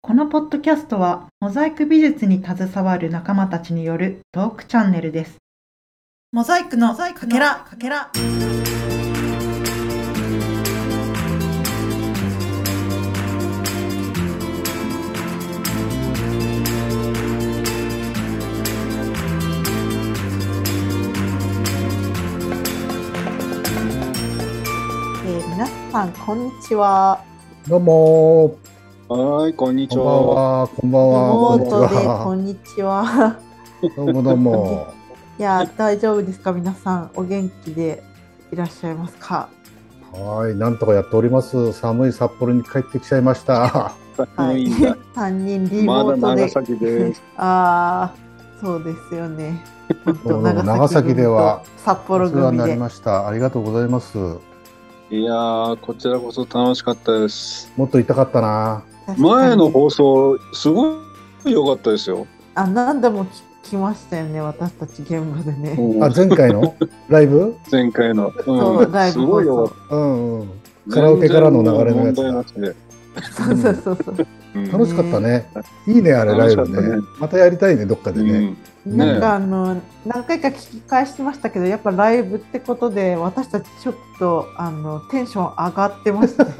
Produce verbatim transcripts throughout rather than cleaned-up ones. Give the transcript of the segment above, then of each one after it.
このポッドキャストはモザイク美術に携わる仲間たちによるトークチャンネルです。モザイクのかけらかけら。えー、皆さんこんにちは。 どうもはい、こんにちこんばんは。 は、こんばんリは、 モートでこんこんにちは。 にちは。どうもどうも。 いや大丈夫ですか、皆さんお元気でいらっしゃいますか？ はい、なんとかやっております。寒い札幌に帰ってきちゃいました。 は寒いいんだ。 さんにんリまだモートで、 長崎です。 ああそうですよね。本当どうも長長崎崎では組と札幌お世話に組で。 なりました。ありがとうございます。 いやー、こちらこそ楽しかったです。 もっと痛かったな。 確かに前の放送、すごい良かったですよ。 あ何度も聞きましたよね、私たち現場でね。 うんあ、前回のライブ？ 前回の。 そううん、すライブ放送ごい良かっうんうん。 た。 カラオケからの流れのやつだ全然問題なしで。 そうそうそうそう。 うん楽しかったね。いいね、あれライブね楽しかったね。 またやりたいね、どっかでね。 うんなんかあの何回か聞き返してましたけど、やっぱライブってことで私たちちょっとあのテンション上がってましたね。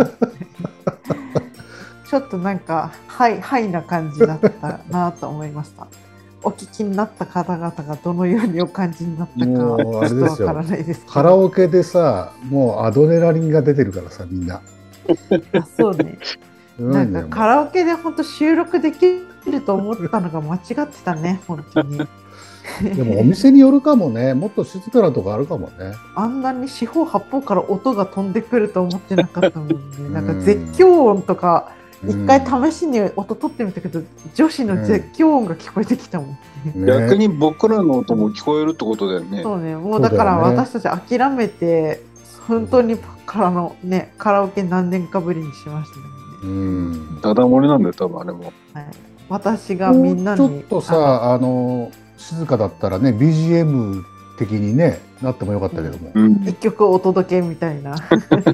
ちょっとなんかハイハイな感じだったなと思いました。お聞きになった方々がどのようにお感じになったかもうあれちょっとわですよからないですけど。 カラオケでさ、もうアドレナリンが出てるからさ、みんな。 あそうね。なんかカラオケで本当収録できると思ったのが間違ってたね、本当に。 でもお店によるかもね。もっと静かなとこあるかもね。 あんなに四方八方から音が飛んでくると思ってなかったもんね。 んなんか絶叫音とか一うん回試しに音取ってみたけど、女子の絶叫音が聞こえてきたもんね。 ね逆に僕らの音も聞こえるってことだよね。 そうね、もうだからそうだよね私たち諦めて本当にからのねカラオケ何年かぶりにしましたね。 うんダダ漏れなんだよ、多分あれも。 はい、私がみんなにちょっとさ、あの静かだったらね ビージーエム 的にねなってもよかったけども、 うん一曲お届けみたいな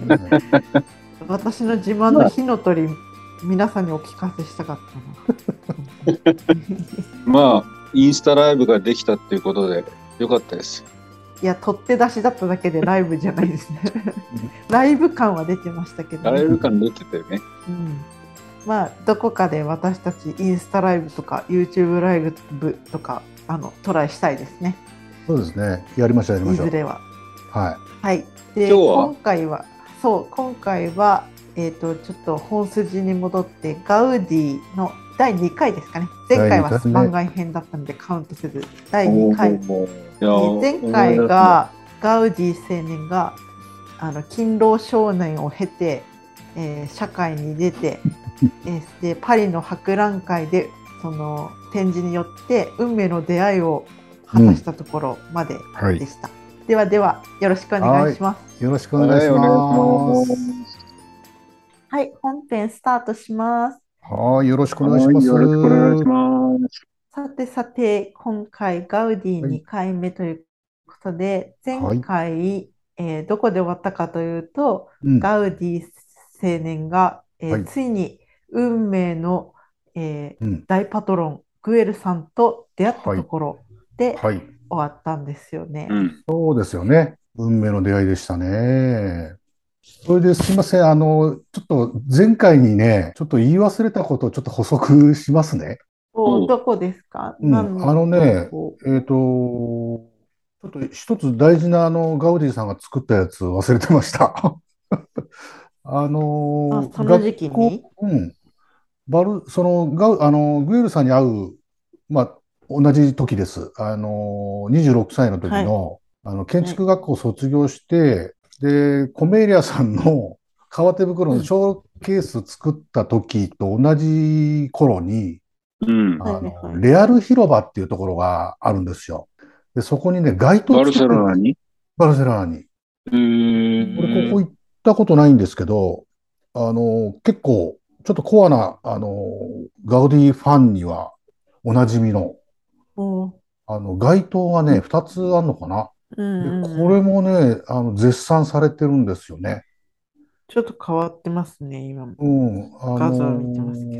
私の自慢の火の鳥、皆さんにお聞かせしたかったな。 まあ、インスタライブができたっていうことで、よかったです。 いや取って出しだっただけでライブじゃないですね。ライブ感は出てましたけど、 ライブ感出てたよね。 うんまあどこかで私たちインスタライブとか YouTube ライブとかあのトライしたいですね。 そうですね、やりましょうやりましょう。 いずれは。 ははい。で今日は今回はそう今回はえっ、とちょっと本筋に戻ってガウディのだいにかいですかね。前回は番外編だったのでカウントせずだいにかい。 おーいやえーー前回がガウディ青年があの勤労少年を経て、えー社会に出て、えーでパリの博覧会でその展示によって運命の出会いを果たしたところまではいでした。ではではよろしくお願いします。 い、よろしくお願いしはい、お願まいします。 す。 はい、本編スタートします。 はい、よろしくお願いしはい、 ます。 よろしくお願いします。 さてさて、今回ガウディはいにかいめということで、前はい、 回、えーどこで終わったかというと、 うん、 ガウディ青年が、えーはい、 ついに運命の、えーうん、 大パトロン、グエルさんと出会ったはい、 ところではい、 終わったんですよね。 うん。 そうですよね。運命の出会いでしたね。それですいません。あの、ちょっと前回にね、ちょっと言い忘れたことをちょっと補足しますね。 おどこですか？ うん、あ何ののね、 情報？ えっと、ちょっと一つ大事なあのガウディさんが作ったやつ忘れてました。あの、 あ、その時学校、 期にうん、バル、そのガウ、あの、グエルさんに会う、まあ、同じ時です。あの、にじゅうろくさいの時はい。 の、あの、建はい築学校を卒業して、で、コメリアさんの革手袋のショーケース作った時と同じ頃に、 うん。 あの、 はいはい。 レアル広場っていうところがあるんですよ。で、そこにね、街灯バルセを作ってるロナにバルセロナに。 え俺、ここー、 行ったことないんですけど、あの、結構、ちょっとコアな、あの、ガウディファンにはおなじみの、 おあの、街灯がね、二つあるのかな。 うで、 んうんうん。 これもね、あの、絶賛されてるんですよね。 ちょっと変わってますね、今も。 うん、あ画像を見てますけのど。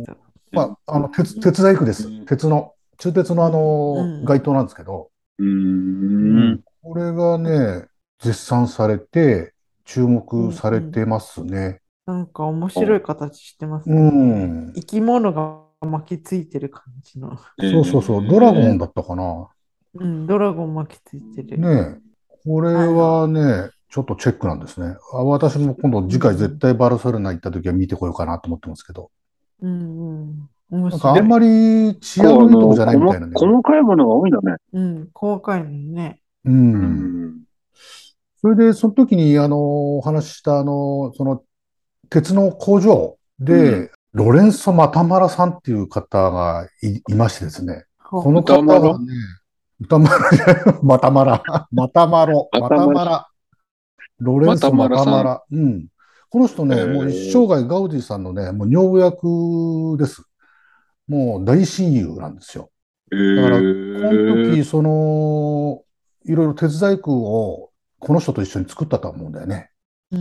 まあ、あの、鉄、鉄細工です。 うん鉄の、中鉄のあの、 うん街灯なんですけど、 うー。 うんん。これがね、絶賛されて、注目されうんうん。 てますね。 なんか面白い形してますうね。 ん。 生き物が巻きついてる感じの。 えそうそうそう、ドラゴンー、 だったかな。 うん、ドラゴン巻きついてる。 ねえ。これはいははね、ちょっとチェックなんですね。あ、私も今度い。う次回絶ん対バルセロナ行った時は見てこようかなと思ってますけど。 うんうん面なんかあんま白い。 り治安構、あの、 のいいとこじゃないみたい細、 なんだよね。 細かいものが多いんだね。 うん、細かいのね。 ううん。 ん。 それで、その時に、あの、お話しした、あの、その、鉄の工場うん。 で、ロレンソ・マタマラさんっていう方がい、いましてですね。このほうほ歌丸方がね、歌丸じゃない、マタマラ、マタマロ、マタまたまら、 マラ、ロレまたンソ・マまらさん。 タマラ。うん。この人えね、もう一ー、 生涯ガウディさんのね、もう女房役です。もう大親友なんですよ。 えだから、このー、 時、その、いろいろ鉄細工をこの人と一緒に作ったと思うんだよね。 う。うん。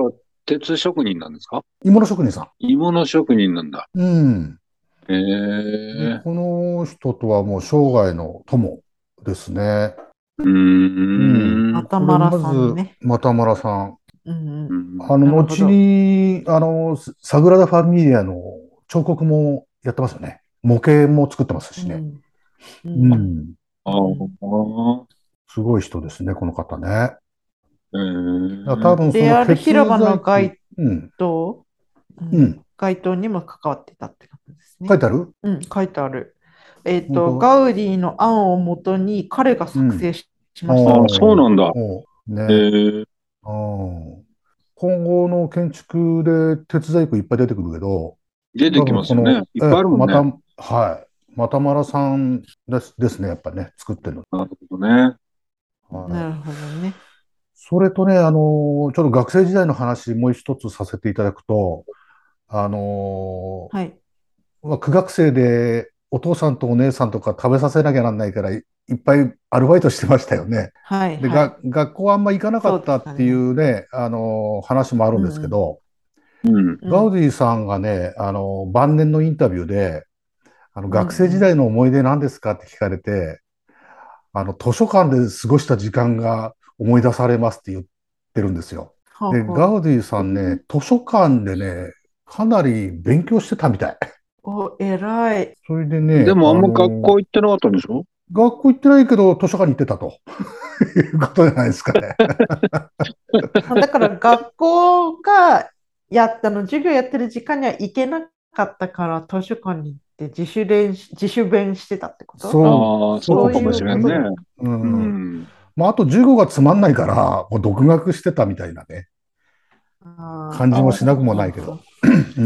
その人は鉄職人なんですか？ 鋳物職人さ鋳物職人なんだ。 ん。うん。 えで、 ー、 この人とはもう生涯の友ですね。 ううん。 ーん。 またまらこれまず、 さんね。 また村さん。 うんうん。 うん。 あの、後なるほど。 に、あの、サグラダ・ファミリアの彫刻もやってますよね。模型も作ってますしね。 うん。ううん。 ん。 あうん。 あ、 すごい人ですね、この方ね。だかえら多ー、 分そレアルの鉄広場の細工、 街うん。 灯、うん、 うん。 街灯にも関わってたってことですね。 書いてあるうん、書いてある。えっと、 本当？ ガウディの案をもとに彼がうん。 作成ししましたっああ、 て。 そうおー、 なんだ。 おー、 えね。 ー、 あー今後の建築で鉄細工いっぱい出てくるけど、 出てき多分ますよね。 この、 いっぱいあえ、また、 るもんね。 はい。またまらさんですですね、やっぱね、作ってるの。 なるほどね。 はい。 なるほどね。 それとね、あの、ちょっと学生時代の話、もう一つさせていただくと、あの、 はい。 まあ、苦学生でお父さんとお姉さんとか食べさせなきゃなんないからい、いっぱいアルバイトしてましたよね。で、 はいはい。 が、学校あんま行かなかそうでったっていしたね。 うね、あの、話もあるんですうんうん。 けど、 うん。 ガウうん。 ディさんがね、あの、晩年のインタビューで、あの、 うんう学生時ん。 代の思い出何ですかって聞かれて、あの、図書館で過ごした時間が思い出されますって言ってるんですよ。で、 ほうほう。 ガウディさんね、図書館でね、かなり勉強してたみたい。 お、偉い。 それでね、あでもあんま学の、 校行ってなかったんでしょ？ 学校行ってないけど図書館に行ってたということじゃないですかね。 まあだから学校がやったの、授業やってる時間には行けなかったから図書館に行って自主練し、自主勉してたってこと？ そう、 ああ、 そうそういそうかもしかもしれないね。 れんね。 うことだ。 ううん。 ん。 まあ、あと授業がつまんないから、もう独学してたみたいなね、 ああ、 感じもしなくもああ、 ないけど。 なるほど。 うん。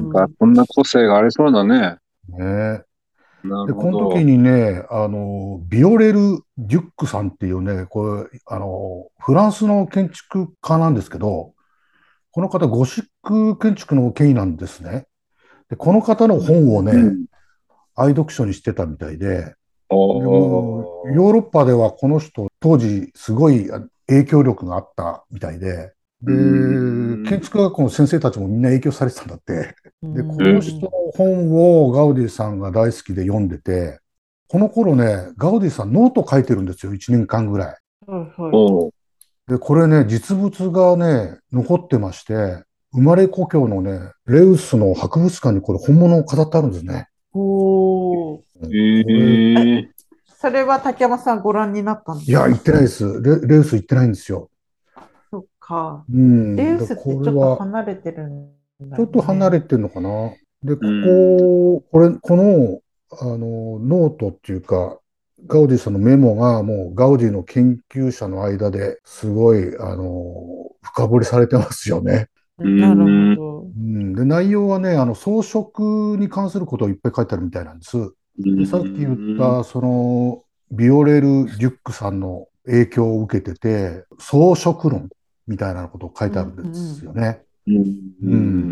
なんか、 うん。 そんな個性がありそうだね。 ね。で、 なるほこの時ど。 にね、あの、ビオレル・デュックさんっていうね、これ、あの、フランスの建築家なんですけど、この方、ゴシック建築の権威なんですね。で、この方のうんうん。 本をね、 うん。 愛読書にしてたみたいで、 あでもう、ヨーあ、 ロッパではこの人、当時すごい影響力があったみたいで、 うーで、建ん。 築学校の先生たちもみんな影響されてたんだって。 うで、こえー、 の人のん。 本をガウディさんが大好きで読んでて、この頃ね、ガウディさんノート書いてるんですよ、いちねんかんぐらい。 はいはい。 おう。 で、これね、実物がね、残ってまして、生まれ故郷のね、レウスの博物館にこれ本物を飾ってあるんですね。 おー。 うんえこれ、 え、 え、 それは竹山さんご覧になったんでいや、 すか？ 行ってないです。レ、レウス行ってないんですよ。 そっか。 うん。で、 レウスってちょっとこれは、 離れてるんだちょっと離れよね。 てんのかな。で、 うこん。 こ、これ、この、あの、ノートっていうか、ガウディさんのメモがもうガウディの研究者の間ですごい、あの、深掘りされてますよね。 うなるほん。 ど。 うん、で、内容はね、あの、装飾に関することをいっぱい書いてあるみたいなんです。 うで、さっき言っん。 た、その、ビオレル・デュックさんの影響を受けてて、装飾論みたいなことを書いうんてあるんでうんすよね。 ううん。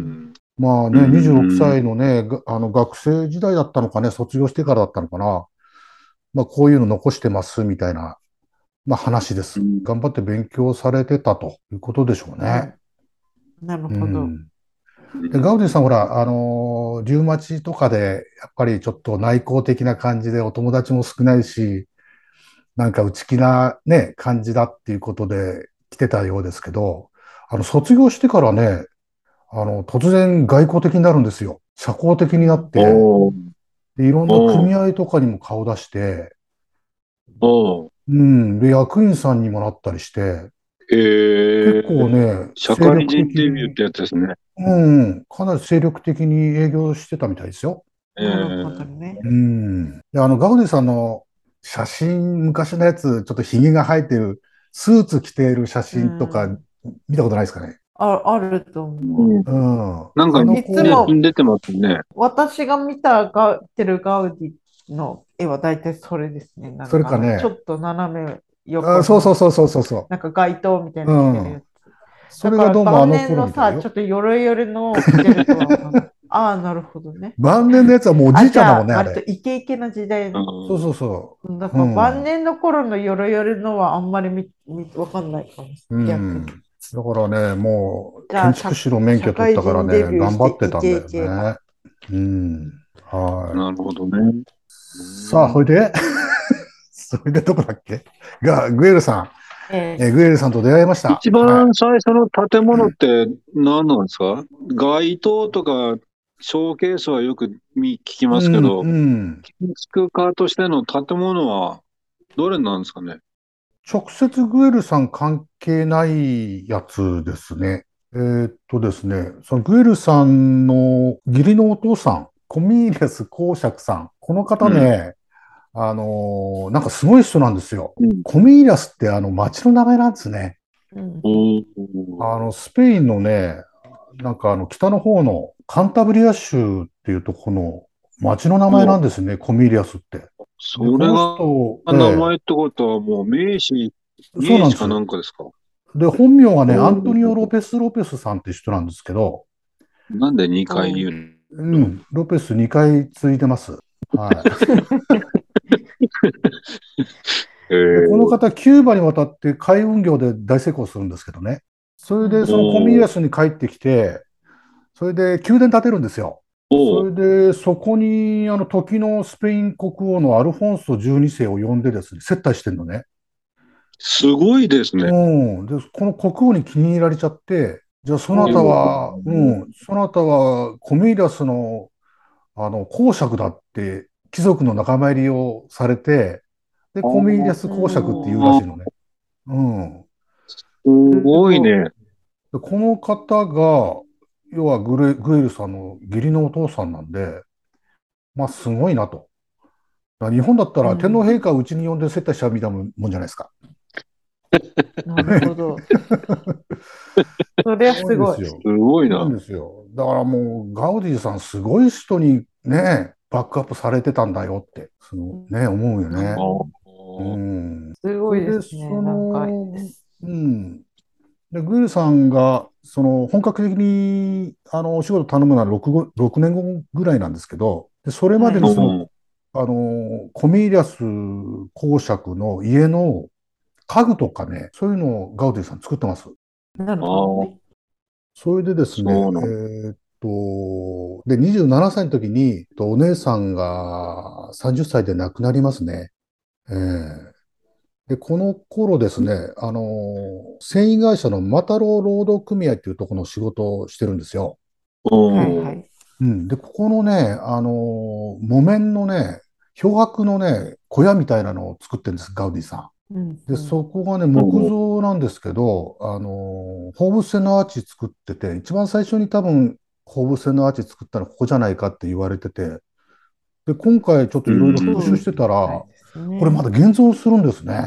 ん。うまあね、にじゅうろくさいん。 のね、があの学生時代だったのかね、卒業してからだったのかな。まあこういうの残してますみたいな、まあ話です。 うん。 頑張って勉強されてたということでしょうね。 うん。なるうほど。 ん。 でガウディさん、ほら、あのーリュウマチとかで、やっぱりちょっと内向的な感じで、お友達も少ないし、なんか内気なね、感じだっていうことで来てたようですけど、あの、卒業してからね、あの、突然外交的になるんですよ。社交的になっうんて、 おー、 で、いろんなおー、 組合とかにも顔出して、 おー。 うん、で、役員さんにもなったりして、 え結構ー、 ね、 社精力会人的に、 デビューってやつですね。 うん、かなり精力的に営業してたみたいですよ。 えなるほどー、 ね。 うん。で、あの、ガウディさんの写真、昔のやつ、ちょっとひげが生えてる、スーツ着ている写う真とか、 ん。 見たことないですかね。 あ、あると思う。 うん。 うん。 なんか、 あのいつ写子、 も真出てますね。 私が見たガウてるガウディの絵は大体それですね。なんそれかあの、ちょかね、 っと斜めあ、 横の、 そうそうそうそうそうそなんか街灯みたいう。うな着てるやん。 つ。 それだからがどうもあの晩年のさ、ちょ頃みたいよ。 っとヨロヨロのを着てるとは思わない。ああ、なるほどね。 晩年のやつはもうおじあ、 いちじゃあ、 ゃんだもんね、あれ。 割とイケイケな時代うね。 そうそうん。 そだう。うから晩ん。 年の頃のヨロヨロのはあんまりみみわかんないかも。 う逆に。 ん。だからね、もう、 じゃあ、 建築社、 士の免社許取っ会人デたからね、 ビューし頑張っててイケイたんだよケだ。 ね。うん。はい。 なるほどね。うさあ、ほん。 いでそれでどこだっけが、グエルさん。 ええ、 えーグエルさんと出会いました。 一はい。 番最初の建物って何なんですか？街灯とかショーケースはよく見聞きうん、 ますけど、 うん。 建築家としての建物はどれなんですかね？ 直接グエルさん関係ないやつですね。えーっとですね、そのグエルさんの義理のお父さん、コミーリアス公爵さん。この方うん。 ね、あのーなんかすごい人なんですよ。 うん。 コミーリアスってあの町の名前なんですね。 うん、うん。 おあの、 ー。 スペインのね、なんかあの北の方のカンタブリア州っていうとこの町の名前おー、 なんですね、コミーリアスって。で、このそれが人、え名前ってことはもう名士、 え、そう名士かなんです。 なんかですか？ で、本名はね、アントおニオ・ロー。 ペス・ロペスさんって人なんですけど、 なんでにかいおう。 言うの？ うん、ロペスにかい継いでます。はい。 えで、このー、 方、キューバに渡って海運業で大成功するんですけどね。それで、 うん、 そのコミーリアおー、 スに帰ってきて、それで宮殿建てるんですよ。そおー、 れで、そこに、あの、時のスペイン国王のアルフォンソじゅうにせい世を呼んでですね、接待してんのね。 すごいですね。 うん。で、この国王に気に入られちゃって、じゃあ、そなたおう。 は、うん、そなたはコミーリアスの、あの、公爵だって、貴族の仲間入りをされて、で、 あコミーリアス公爵っていうらしいのあ、 ね。うん。 すすごごいね。 で、この方が、要はグレ、グエルさんの義理のお父さんなんで、まあ、すごいなと。だから日本だったい。うら天皇ん。 陛下をうちに呼んで接待しちゃうみたいなもんじゃないですか。 なるほど。それはすごいすごい。 んですよ。 すごいそうなんな。 ですよ。だからもう、ガウディさん、すごい人にね、バックアップされてたんだよって、そのね、思うようね。 あん、 うあ、 ん。 すごいでそれで、 すね。 そなんか、 の、うん。で、グエルさんが、その、本格的に、あの、お仕事頼むのはろくご、ろくねんごぐらいなんですけど、で、それまはい。 でにその、 うん。 あの、コミーリアス公爵の家の家具とかね、そういうのをガウディさん作ってます。 なるああ、 ほどね。 それでですね、 そうなの。 えーっと、で、にじゅうななさいの時に、とお姉さんがさんじゅっさいで亡くなりますね。えーで、この頃ですね、あの、繊維会社のマタロー労働組合っていうところの仕事をしてるんですよ。 うん。 はいはい。 うん。で、ここのね、あの、木綿のね、漂白のね、小屋みたいなのを作ってるんです、ガウディさうん、 ん。で、 うん。 そこがね、 う木ん。 造なんですけど、あの、放物線のアーチ作ってて、一番最初に多分、放物線のアーチ作ったのはここじゃないかって言われてて、で、今回ちょっとういろいろ復習そうん。 してたら、 みたいですこれまね。 だ現像するんですね。だかうん。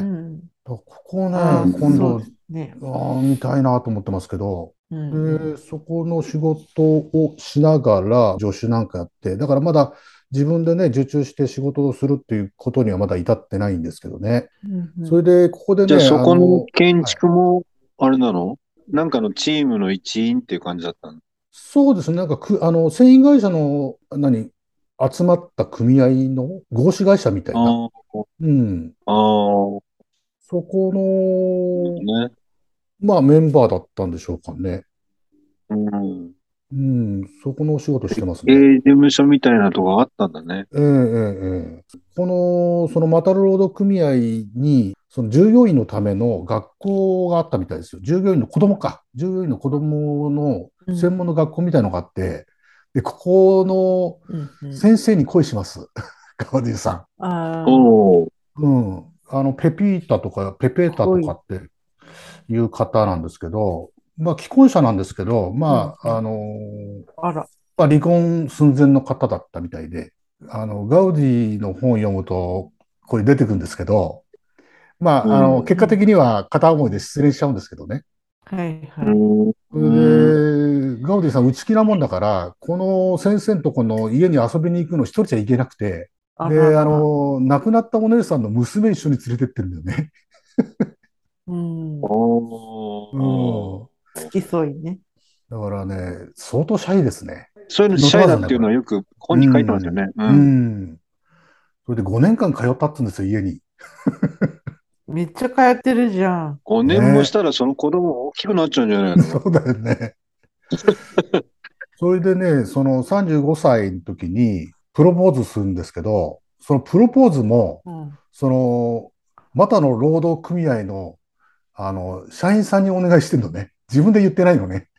らここああ、 ね、今度、 そうですね。 あー見たいなと思ってますけど、 うん、うん。 で、そこの仕事をしながら助手なんかやって、だからまだ自分でね、受注して仕事をするっていうことにはまだ至ってないんですけどね。 うん、うん。 それで、ここでね、 じゃあそこのあの、 建はい。 築も、あれなの？なんかのチームの一員っていう感じだったの？ そうですね、なんかく、あの、繊維会社の、何、集まった組合の合資会社みたいな、 ああ、 うん、 ああ、 そこの、 ね。 まあメンバーだったんでしょうかね。 うん。 うん、そこのお仕事してます経ね。 営事務所みたいなとこがあったんだね。 ええ、ええ、ええこの、そのマタル労働組合に、その従業員のための学校があったみたいですよ。従業員の子供か。従業員の子供のうん。 専門の学校みたいのがあって、で、ここのうんうん。 先生に恋します。ガウディさああ、 おー。 ん。うん。あの、ペピータとか、ペペータとか恋。 っていう方なんですけど、まあ、既婚者なんですけど、まあ、あうんうん。 の、 あら。 まあ、離婚寸前の方だったみたいで、あの、ガウディの本を読むと、これ出てくるんですけど、まあ、あの、 うん。 結果的には片思いで失恋しちゃうんですけどね。 はいはい。 うん。 それで、ガウディさん内気なもんだから、この先生のとこの家に遊びに行くの一人じゃ行けなくて、 あらで、あら。 の、亡くなったお姉さんの娘一緒に連れてってるんだよね。 うん。 うおー。 ん。 付き添いね。 だからね、相当シャイですね。 そういうのシャイだっ載ってますね、これ。 ていうのはよくう本に書いてますよん。 ね。ううん。 ん。それでごねんかん通ったっつうんですよ、家に。 めっちゃ通ってるじゃん。 ごねんもしねたらその子供大きくなっちゃうんじゃないえ。 の？ そうだよね。それでね、そのさんじゅうごさいの時にプロポーズするんですけど、そのプロポーズも、 うん。 その、またの労働組合の、あの、社員さんにお願いしてるのね。自分で言ってないのね。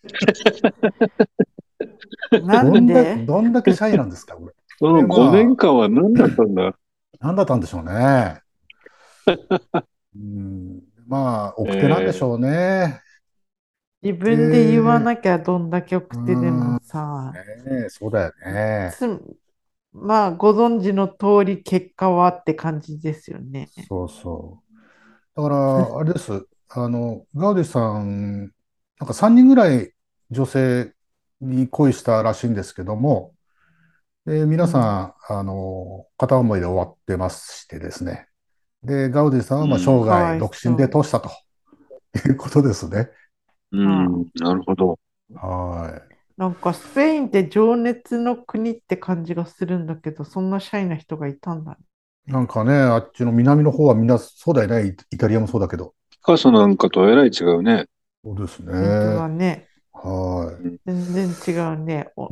などんだ、 んで？ どんだけシャイなんですか、これ。で、 その5 まあ、 年間は何だったんだ？ なんだったんでしょうね。うん、まあ、奥手なんでしょうええ。 ね。 自分で言わで、 なきゃどんだけう奥手でもん、ねさ、 え、そうだよね。 つ、まあ、ご存知の通り結果はって感じですよね。 そうそう。だから、あれです。あの、ガウディさん、なんかさんにんぐらい女性に恋したらしいんですけども、で、皆さうん。 ん、あの、片思いで終わってましてですね。で、ガウディさんはまあ生うん。 かわい涯独身でそう。 通したということですね。 うああ、 ん。なるほど。 はなんかスペインって情熱の国って感じがするんだけど、そんなシャイな人がいたんだね。 い。なんかね、あっちの南の方はみんなそうだよね。イイタリアもそうだけど。 ピカソなんかとえらい違うね。 そうです本当ね。 だね。 はうん。 全然違うね。 い。 お、 うん。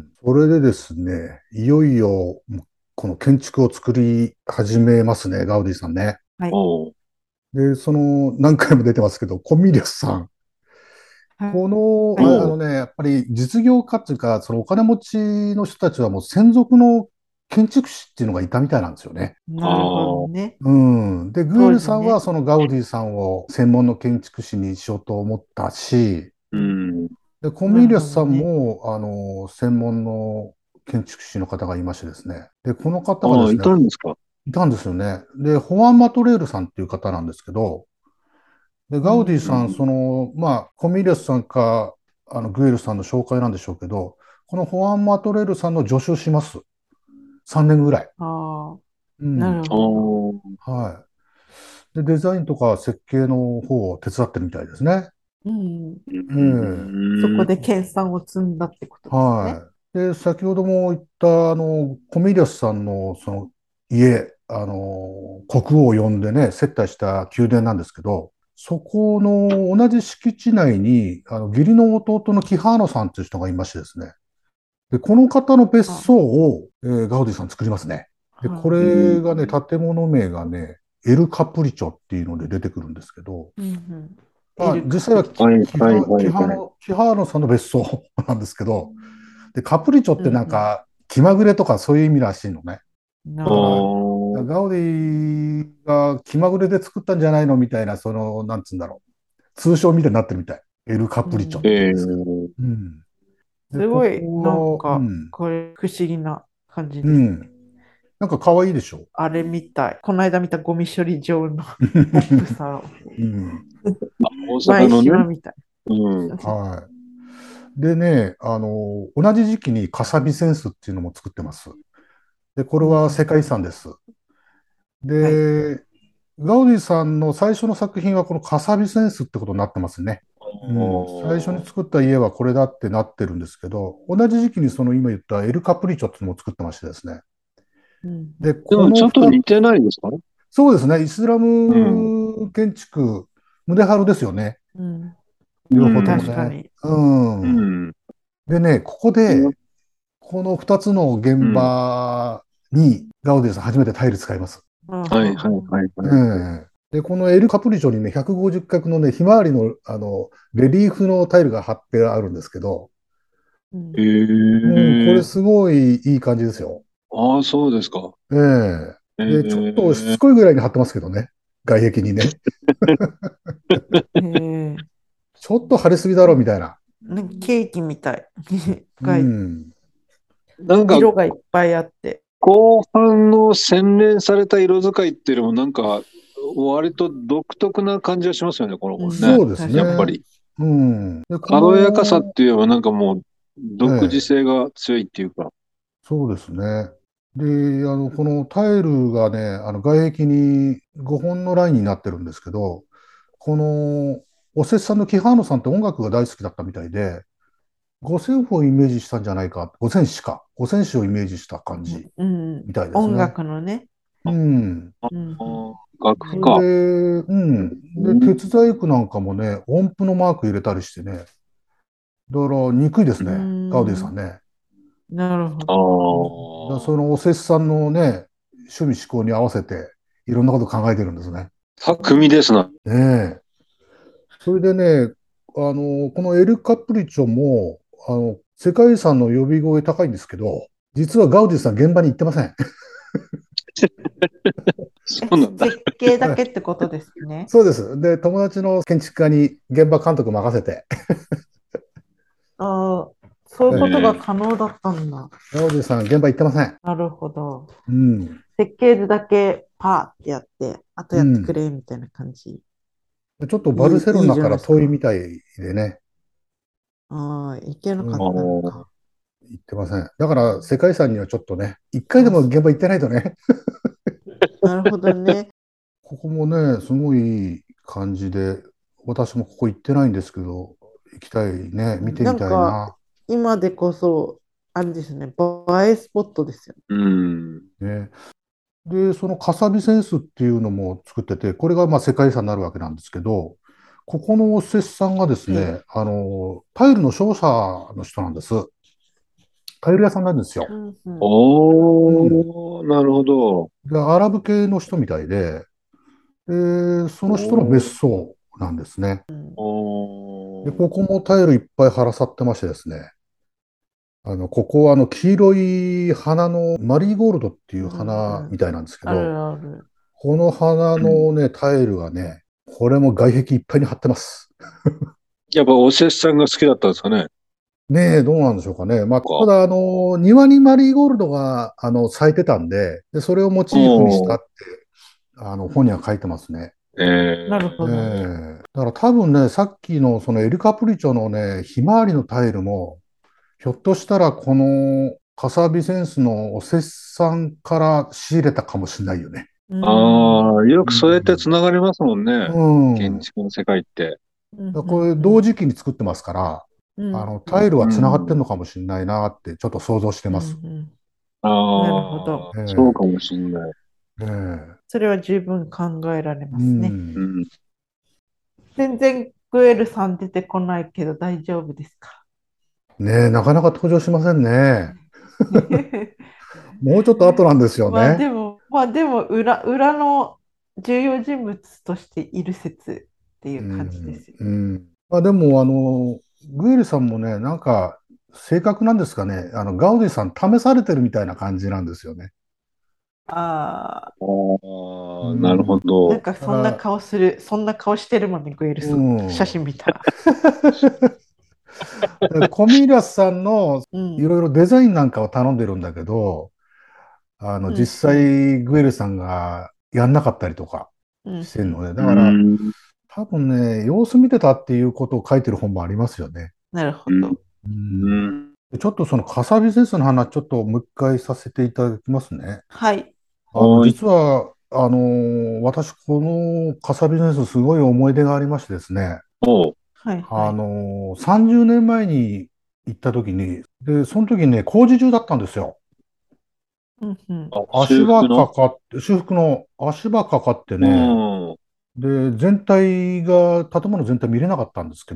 それでですね、いよいよ、この建築を作り始めますね、ガウディさんね。 はい。 おう。 で、その、何回も出てますけど、コミリアスさん。この、 はい。 ああおう。 のね、やっぱり実業家っていうか、そのお金持ちの人たちはもう専属の建築士っていうのがいたみたいなんですよね。 あなるほどあ。 ね。 うん。で、グエルさんは当時ね。 そのガウディさんを専門の建築士にしようと思ったし、 ううん。 ん。 で、コなるミリアスさんほどね。 も、あの、専門の建築士の方がいましてですね。で、この方がでああ、いすね、 たんですか。 いたんですよね。で、ホアン・マトレールさんっていう方なんですけど、で、 うガウディさん、 ん。 その、まあ、コミリアスさんか、あの、グエルさんの紹介なんでしょうけど、このホアン・マトレールさんの助手をします。さんねんぐらい。 ああ、なうん。 るあほど。 あ。 はい。で、デザインとか設計の方を手伝ってるみたいですね。 うん。 うええ。 そこん。 で研鑽を積んだってことですね。 はい。で、先ほども言った、あの、コミリアスさんの、その、家、あの、国王を呼んでね、接待した宮殿なんですけど、そこの同じ敷地内に、あの、義理の弟のキハーノさんという人がいましてですね。で、この方の別あ、 荘を、えーガウディさん作りますね。で、こはうれがね、 ん。 建物名がね、エル・カプリチョっていうので出てくるんですけど、 い。うんうん。エまあ、 ル・カ実際はプリチョ。 キ、 はいキハ、 はいはいはい。 キハーノ、キハーノさんの別荘なんですけど、で、カプリチョってなんうんか気まぐれとかそういう意味らしいのね。 うん。 だから、 なおー。 ガウディが気まぐれで作ったんじゃないのみたいな、その、なんつうんだろう。通称みたいになってるみたい。エル・カあ、うプリチョっん。 て言うんですけど。 ええ。 うん。で、こすごい、なんこは、うか、 ん。 これ、不思議な感じですね。 うん。なんか可愛いでしょ。 あれみたい。この間見たゴミ処理場のポップさを、 うん。 大阪前のね。 島みたい。 うん。 はい。でね、あの、同じ時期にカサビセンスっていうのも作ってます。で、これうんは世界遺うん。 産です。 はい。 で、ガウディさんの最初の作品はこのカサビセンスってことになってますね。うん。最初におー。 作った家はこれだってなってるんですけど、同じ時期にその今言ったエル・カプリチョっていうのも作ってましてですね。 うんうで、 ん。 でもちょっとこの二つ、 似てないですか？ そうですね、イスラうん。 ム建築、ムデハルですよね。 うん。 両方ともね。 確かに。 うん。 うん。 でね、ここで、このふたつの現うん。 場にガウディさん初めてタイル使います。 うんはいはいうんはいえはい。 えで、このエル・カプリチョにね、ひゃくごじゅっかくのね、ひまわりの、あの、レリーフのタイルが貼ってあるんですけど、 うんへうん、これえ。 すごいいい感じですよ。 ああ、そうですか。 ええへで、ちょっとしつえ。 こいぐらいに貼ってますけどね。外壁にね。 へえ。 ちょっと貼りすぎだろ、みたいな。 なんかケーキみたい。 うがん。 なんか、 色がいっぱいあって。 後半の洗練された色使いっていうのもなんか、割と独特な感じがしますよね、この子ね。 うん、 そうですね。 確かに。 やっぱり。 うん。で、こ軽やかさっの、 ていうのはなんかもう、 え独自え、 性が強いっていうか。 そうですね。で、あの、このタイルがね、あの、外壁にごほんのラインになってるんですけど、この、おせっさんのキハーノさんって音楽が大好きだったみたいで、五線譜をイメージしたんじゃないか、五線紙か、五線紙をイメージした感じうん、 みたいです音ね。 楽のね。 うん。 あうん、 ー楽それ譜か。 で、うん。で、 うん。 鉄細工なんかもね、音符のマーク入れたりしてね、だから憎いですうね、ガウディさん、 んね。 なるほあど。 だからあ。 そのおせっさんのね、趣味思考に合わせて、いろんなこと考えてるんですね。 巧みですな。 ねえ。それでね、あの、このエル・カプリチョも、あの、世界遺産の呼び声高いんですけど、実はガウディさん現場に行ってません。 え、 そうなんだ。 設計だはい。 けってことですね。 そうです。で、友達の建築家に現場監督任せて、 ああ、そういうことがええ。 可能だったんだ。 ガウディさん現場行ってません。 なるほど。 うん。 設計図だけパーってやって、あとやってくうん。 れみたいな感じ。 ちょっとバルいい、いいじゃセロナからないですか。 遠いみたいでね。 ああ、行けなかうん。 あったのか。 あ。 行ってません。だから世界遺産にはちょっとね、一回であ、そも現場行ってないとね。 なるほどね。 ここもね、すごい感じで、私もここ行ってないんですけど、行きたいね、見てみなんか、 たいな。 今でこそ、あれですね、映えスポットですよね。 うん。 ね。で、そのカサビセンスっていうのも作ってて、これがまあ世界遺産になるわけなんですけど、ここのお施主さんがですはい。 ね、あの、タイルの商社の人なんです。タイル屋さんなんですよ。 うんうん。 うん。 おー、なるほど。 で、アラブ系の人みたいで、で、その人のおー、 別荘なんですね。で、 おー、 ここもタイルいっぱい貼らさってましてですね、あの、ここはあの、黄色い花のマリーゴールドっていううんう花みん。 たいなんですけあど、 るある。 この花うん。 のね、タイルがね、これも外壁いっぱいに貼ってます。 やっぱおせっさんが好きだったんですかね。 ねえ、どうなんでしょうかね。まあ、たか。 だ、あの、庭にマリーゴールドが、あの、咲いてたんで、で、それをモチーフにしたおー、 って、あの、本には書いてますね。 なるえほど。 ええだから多分ね、さっきのそのエルカプリチョのね、ひまわりのタイルも、ひょっとしたらこのカサビセンスのおせっさんから仕入れたかもしれないよね。 うー、 ん。 ああ、ようくそうやってん。 つながりますもんね。 うん。だか建築の世界って。 うんらこれ同うん時期に作ってますから、 うんあの、タイルはうん繋がってんうん。 のかもしれないなってちょっと想像してうんます。 うんなるほど。 ああ、そうかえもしんない。 えええそれは十分考えられうますね。 うん。 ん。 全然グエルさん出てこないけど大丈夫ですか？ ねえ、なかなか登場しませんね。もうちょっと後なんですよまあね。 でも、まあでも裏、裏の重要人物としている説っていうう感じでん。 すよね。 うん。まあでも、あの、グエルさんもね、なんか、性格なんですかね。あの、ガウディさん試されてるみたいな感じなんですよね。 ああ、 うああ、なるほん。 なんど。 かそんなだから、 顔する、そんな顔してるもんね、グエルうさん。写ん。 真見たら。 コミーラスさんのうん。 いろいろデザインなんかを頼んでるんだけど、あの、 うん実うん。 際、グエルさんがやんなかったりとかうんうん。 してるので、 うだから、 ん。 多分ね、様子見てたっていうことを書いてる本もありますよね。 なるほうん。 ど。 ううん。 ん。 でちょっとそのカサビセンスの話、ちょっともう一回させていただきますね。 はい。 あの、 はい。 実は、あのー私、このカサビセンスすごい思い出がありましてですね、 おう。 あはいはい。 のーさんじゅうねんまえに行った時に、で、その時にね、工事中だったんですよ。 うんうん。 あ、 足場修復の。 かかって、修復の足場かかってうね、 ん。 で、全体が、建物全体見れなかったんですけど、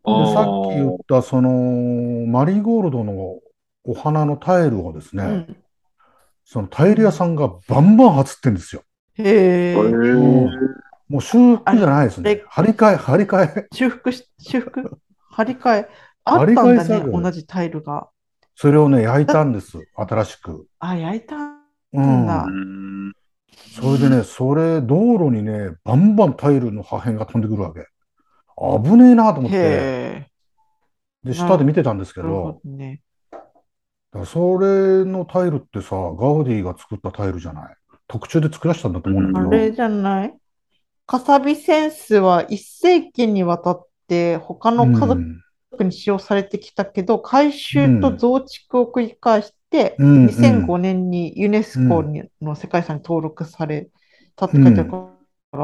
あで、さっき言っーた、その、マリーゴールドのお花のタイルをですね、 うん。 そのタイル屋さんがバンバン貼ってんですよ。 へええ。 うん。 ー、 もう修復じゃあないですね。 れ、 張り替え、張り替え、 修復し、修復張り替え。あ張り替えったんだね、 作業で。 同じタイルが。 それをね、焼いただ、 んです。新しく。 あ、焼いたうんうーだ。 ん。 ん。 それでね、それ、道路にね、バンバンタイルの破片が飛んでくるわけ。危ねえなと思へって、 え。 で、下でな見てたんですけるほど、 どね。 だからそれのタイルってさ、ガウディが作ったタイルじゃない。特注で作らせたんだと思うんだけど、 あれじゃないカサビセンスはいっ世紀にわたって他うの家族ん、 に使用されてきたけど、改修とうん、 増築を繰り返して、 うん、うにせんごん、 ねんにユネスコうん、 にの世界遺産に登録されたって書いてあるうん。 から、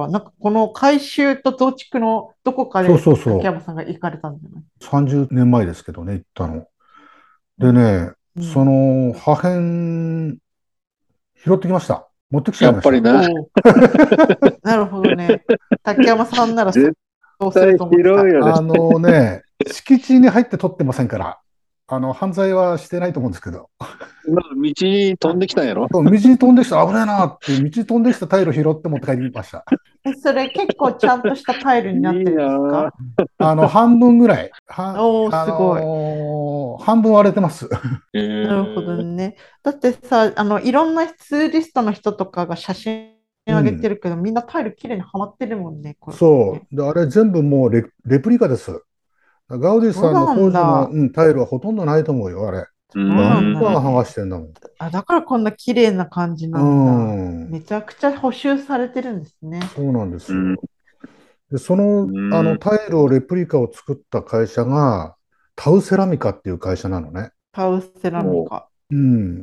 なんかこの改修と増築のどこかそうでそうそ竹山さんが行かれたんじゃない？ う。さんじゅうねんまえですけどね、行ったの。でうんね、そうん。 の破片、拾ってきました。持ってきちゃやいました。 っぱりな、 おお、なるほどね。竹山さんならそ絶うする対と思ってた。 広いよね。 あのね、敷地に入って取ってませんから、あの、犯罪はしてないと思うんですけど、 まあ道に飛んあ、 できたんやろ。 そう道に飛んできた、危ないなって、道に飛んできたタイル拾って持って帰りました。 え、それ結構ちゃんとしたタイルになっいいてるんですなぁ。 か？ あの、半分ぐらい、は、 おおー、 あすごい。 のー半分割れてます。 えなるほどー、 ね。だってさ、あの、いろんなツーリストの人とかが写真上げてうん。 るけど、みんなタイルきれいにはまってるもんね、これね。 そう。で、あれ全部もうレ、レプリカです。ガウディさんのそうなん当時の、 だ。 うん、タイルはほとんどないと思うよ、あれ。 うそうバなんだンバン剥がね。 してんだもん。 あ、だからこんな綺麗な感じうなんだ。 ん。 めちゃくちゃ補修されてるんですね。 そうなんでん、うん、 すよ。で、その、あの、 うん。 タイルをレプリカを作った会社が、タウセラミカっていう会社なのね。 タウセラミおう、 カ。 うん。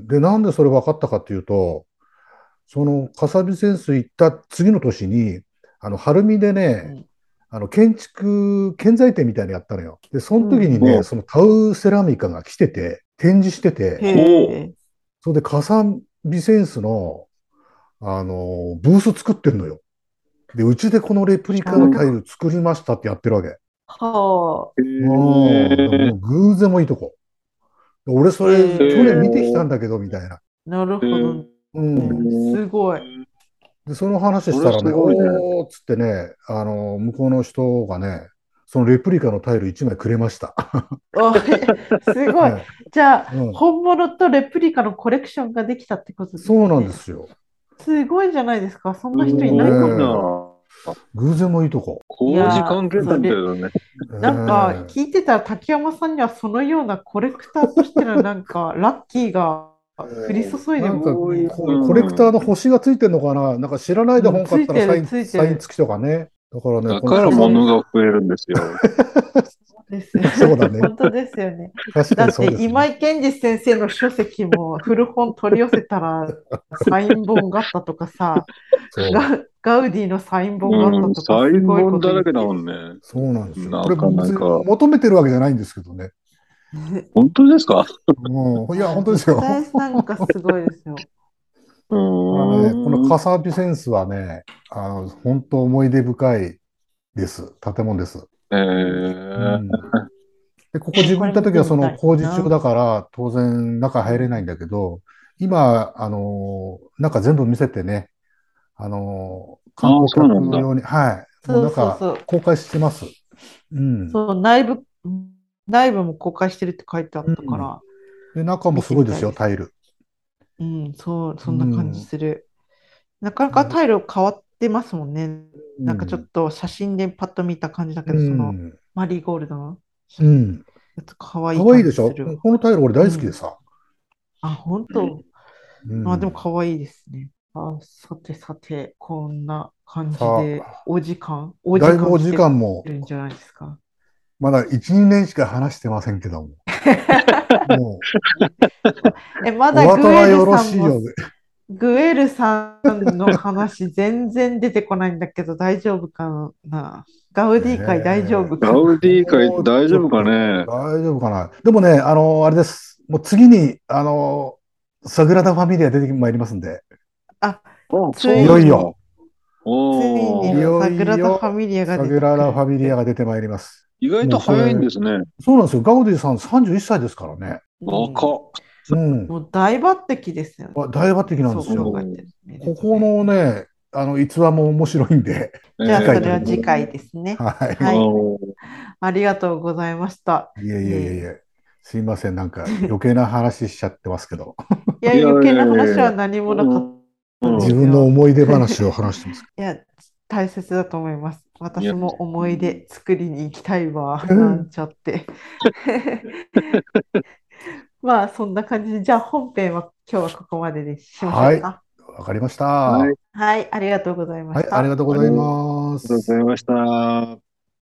で、なんでそれ分かったかっていうと、その、カサビ泉水行った次の年に、あの、晴海でね、 うん。 あの、建築、建材店みたいなのやったのよ。で、その時にね、 おう、 そのタウセラミカが来てて、展示してて、 へほう。 え。 それでカサビセンスの、あの、ブース作ってんのよ。で、うちでこのレプリカのタイそう。 ル作りましたってやってるわけ。 はえうん。でもー、 もう偶然もいいとこ。俺あ。 それへえ去年見てきたー、 んだけど、みたいな。 なるえー、 ほどうえね。 ん。 ー、 すごい。 で、その話それしたらね、 すごいね。 おーっつってね、あの、向こうの人がね、そのレプリカのタイルいちまいくれました。 おえすごい。 はい。 じゃあ、 うん。 本物とレプリカのコレクションができたってことでそうなんですね。 すよ。 すごいじゃないですか。そんすな人いもうないとごいなね、 思ぁ。 偶然もいいとこ。 う。い工事やー、 関係者それ、 みたいだね。 なんかええ聞いてたら竹山さんにはそのようなコレクターとしてのなんかラッキーが降りもう、す注いでまなんかすね。 ごい、 こ、コレクターうん。 の星がついてんのかな、なんか知らないでうん、 本買ったらついてる、 サイン、 ついてる。 サイン付きとかね。だからね、 だこのから物カサビ、 が増えるんですよ。 です。 そうだね。 本当ですよね。 確かにだってそうですね。 今井健二先生の書籍も古本取り寄せたらサイン本があったとかさ、 そう。 ガ、ガウディのサイン本があったうん、 とかサインすごいこ本だらけだと言って。 もんね。 そうなんですよ。これなかな別にか。 求めてるわけじゃないんですけどね。 本当ですか？ うん。いや、 あー、 本当ですよ。 絶対なんかすごいですよ。 うあのね、このーん。 カサビセンスはね、あの、本当思い出深いです。建物です。 えうー、 ん。で、ここえー自分行ったこれ見時はそのてみたい工事中な。 だから当然中うん、 入れないんだけど、今、あの、中全部見せてね、あの、観ああ、 光そうなんだ。 客用に、はい、もうそうそう中そう。 公開してます。うん。 そう、内部、内部も公開してるって書いてあったかうん。 ら、 で、中も見てすごいですよ、 みたいです。 タイル。 うん、そう、 うそんな感じん。 する。なかなかタイル変わってますもんね。なんかちょっうん。 と写真でパッと見た感じだけうど、そのん。 マリーゴールドのうん。 やつかわいい可愛いでしょ？ 感じする。 このタイル俺大好きでうん。 さ。 あ、本うん、 当。あ、でもうん。 かわいいですね。あ、さてさて、こんな感じさであ、 お時間、お時だいぶお時間来て間も、 るんじゃないですか。 まだいち、にねんしか話してませんけども。もえ、まう、 だグエお後がよルさんも、 ろしいようで。 グエルさんの話全然出てこないんだけど大丈夫かな。ガウねディ会大丈夫ガかな。 ウディ会もう大丈夫かちょっとね？ 大丈夫かな。でもね、あの、あれです。もう次に、あの、サグラダ・ファミリア出てまいりますんで、 あ、 あ、 つそうなんだ。 いに、 いよいよ、 ついにいおー。 よサグラダ・ファいよ、 ミリアがサ出てくグラダ・ファるって。 ミリアが出てまいります。 意外と早いんですね。 そうなんですよ。ガウディさんさんじゅういっさいですからね。 若っ。 うん。 もう大抜擢ですよね。 あ大抜擢なんですよ。 そう考えてみるとねここのね、あの逸話も面白いんで。 じゃあ、 えーそれは次回ですね。 はい。 はいおーありがとうございました。 いえいえいえいえ。すいません。なんか余計な話しちゃってますけど。 いや、 いや余計な話は何もなかったうんですよ。 自分の思い出話を話してますけいや、大切だと思います。 いや私も思い出作りに行きたいわ、 うんなんちゃって。まあ、そんな感じで、じゃあ本編は今日はここまででしど。 ましょはい。 うか。 わかりました。 はい。ありはい、ありがとうございまはい、ありした。 がとうございまがとうごす。 ざいました。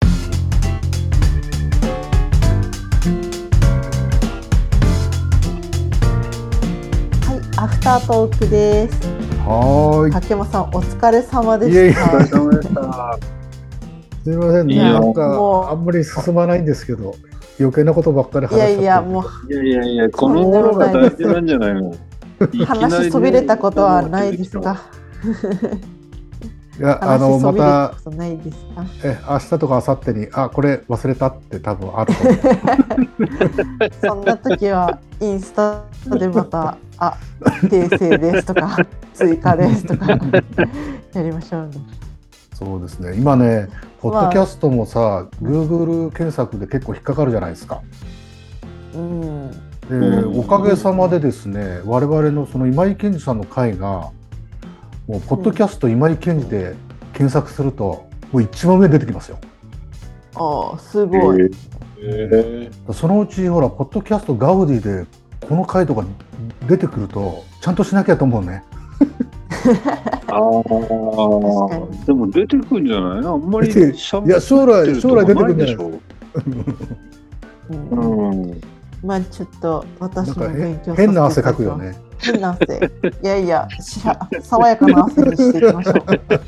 はい、アフタートークです。 はー竹山さん、お疲れ様でい。いえいえ、 した。 お疲れ様でした。 すみませんね。 いやなんかもうあんまり進まないんですけど、余計なことばっかり話いやしちゃって。 いや、もいやいやいや、この頃が大事なんじゃないの。 う話そびれたことはないですか。 いや、あの、 話そびれまたた、ことないですか。 え、明日とか明後日に、あ、これ忘れたって多分あると思う。 そんな時はインスタでまた、あ、訂正ですとか、追加ですとか、やりましょうね。 そうですね。今ね、ポッドキャストもさ、Google 検索で結構引っかかるじゃないですか。 うん。 で、 うんおかげさまでですね、我々のその今井健二さんの回が、もうポッドキャスト今井健二で検索すると、もう一番上に出てきますよ。 ああ、すごい。 えそのうちほら、ポッドキャストガウディでこの回とか出てくると、ちゃんとしなきゃと思うね。 ああ、でも出てくるんじゃないあんまり出て喋いや将来将来出てくるんじゃないでしょ。 うんうん。 まあちょっと私もなんか勉強させていただきます変な汗かくよ。ね。 変な汗。いやいや、しゃ爽やかな汗にしていきましょう。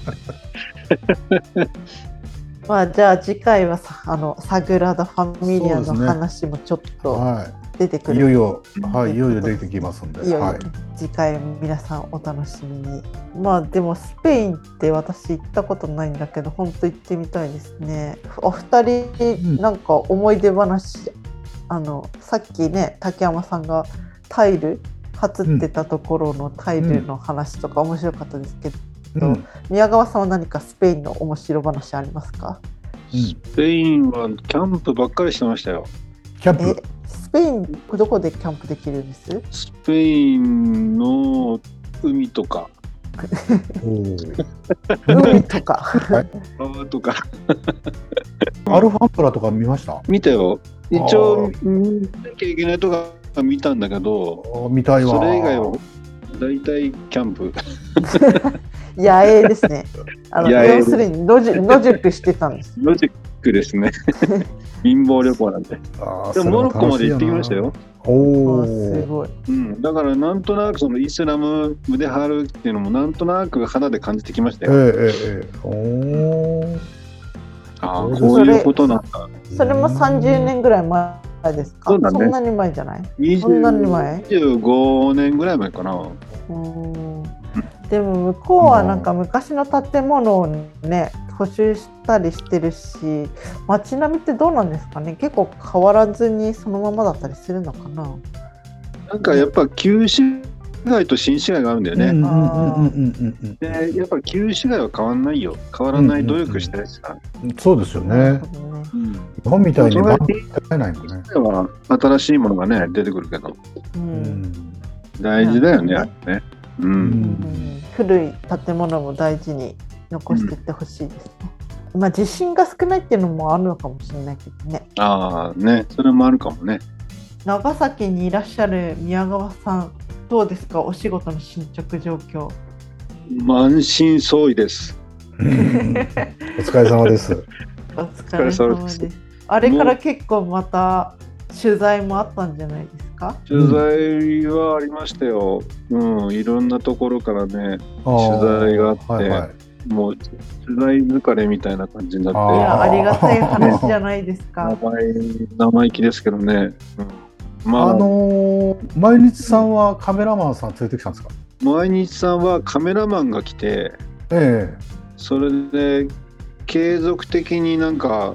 まあじゃあ次回はさあのサグラダ・ファミリアのそうですね話もちょっとはい。 出てくる。 いよいよ、はい、いよいよ出てきますんで。 いよいよはい。 次回皆さんお楽しみに。まあでもスペインって私行ったことないんだけど本当行ってみたいですね。お二人うんなんか思い出話、あのさっきね竹山さんがタイル初ってたところのタイルの話とか面白かったですけど、 うん。 宮川さんは何かスペインの面白話ありますか？ スペインはキャンプばっかりしてましたよ。 えキャンプ。 スペインどこでキャンプできるんです？ スペインの海とかおー海とか。 川とかアルファンプラとか見ました？ 見たよ。一応あ見なきゃいけないとか見たんだけど、 あ見たいわ。 それ以外は大体キャンプ。 野営ですね。あの野営要するに野宿野宿してたんです。 ロジックですね。貧乏旅行なんで。 あーでもモロッコまで行ってきました。よ。 それもあ楽しいよなおお。 すごい。 うん、だからなんとなくそのイスラム胸張るっていうのもなんとなく肌で感じてきましたええよ。 ええええ。おお。 ああ、 そこういうことなんだ。 それもさんじゅうねんぐらい前ですか？ そうだねんなに前じゃない？ にそんなに前じゅうごねんぐらい前かな。 うーんでも向こうはなんか昔の建物をね補修したりしてるし、街並みってどうなんですかね？結構変わらずにそのままだったりするのかな？ なんかやっぱ旧市街と新市街があるんだよね。 うんうんうんうんうんでやっぱ旧市街は変わんないよ。変わらない努力してるしさ。 うん。そうですよねなるほ。どね。 うん。 日本みたいにそれはバンってないもんね。 は新しいものがね出てくるけどううんん。 大事だよね。 なあるほどねれね。う。 うんんうん古い建物も大事に残していってほしいですね。まあ地震が少ないっていうのもあるのかもしれないけどね。 ああね、それもあるかもね。 長崎にいらっしゃる宮川さん、どうですか？お仕事の進捗状況。 満身創痍です。 うんお疲れ様です。 お疲れ様です。あれから結構また取材もあったんじゃないですか？ 取材はありましたよ。うん、いろんなところからね、 あー取材があってはいはい。 もう取材疲れみたいな感じになって、 いあーや、ありがたい話じゃないですか。 生意生意気ですけどね。うん、まあ、 あのー、毎日さんはカメラマンさん連れてきたんですか？ 毎日さんはカメラマンが来て、 えそれで継続的になんか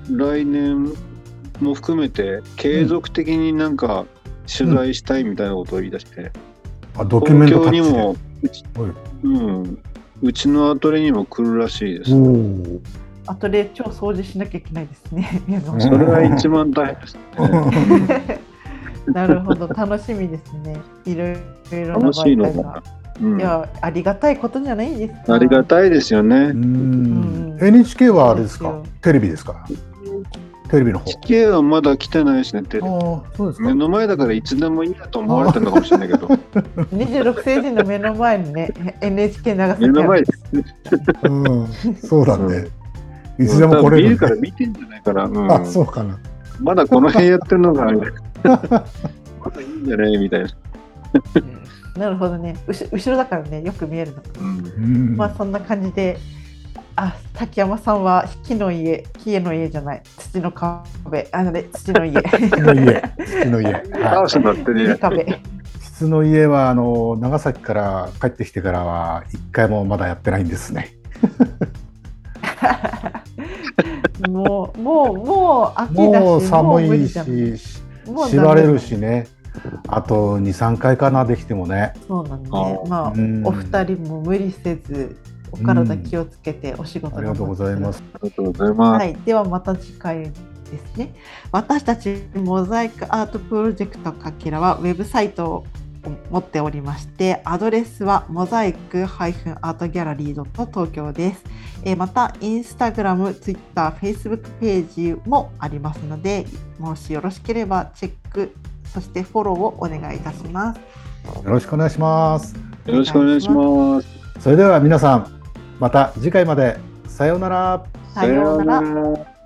来年も含めて継続的になんか取材したいみたいなことを言い出して、 あ、ドキュメントタッチで。 東京にもうち、 はい、 うん、うちのアトリエにも来るらしいです。 おー、 アトリエ超掃除しなきゃいけないですね。 それが一番大変ですね。 なるほど、楽しみですね。いろいろな楽しいの媒体かが。 な。うん、 いや、ありがたいことじゃないですか。 ありがたいですよね。 うん、エヌエイチケー はあれですか、テレビですか、テレビの方。 地形はまだ来てないですね。テレビああ、そうですか。 目の前だからいつでもいいやと思われてるのかもしれないけど。 にじゅうろく世紀の目の前にね、エヌエイチケー 長崎目の前でうん、そうだね。 うん、 いつでも来れる、ね。 見るから見てんじゃないかな。うん、 あ、そうかな。 まだこの辺やってるのがあれまだいいんじゃないみたいな。 なるほどね。後ろだからね、よく見えるのか。 うん、 まあそんな感じで、あ、滝山さんは木の家、木の家じゃない、土の壁、あのね、土の家。 土の家、土の家。 ハウスになってね。 壁。 質の家はあの長崎から帰ってきてからは一回もまだやってないんですね。 もうもうもう秋だし、 もう寒いし、縛れるしね。あとに、さんかいかな、できてもね。 そうなんで、まあ、お二人も無理せず、お体気をつけてお仕事ありがとうございます。 ありがとうございます。 はい、ではまた次回ですね。私たちモザイクアートプロジェクトかけらはウェブサイトを持っておりまして、アドレスはモザイク アートギャラリー 東京です。えー、またインスタグラム、ツイッター、フェイスブックページもありますので、もしよろしければチェック、そしてフォローをお願いいたします。 よろしくお願いします。 よろしくお願いします。 それでは皆さん、また次回まで。さようなら。 さようなら。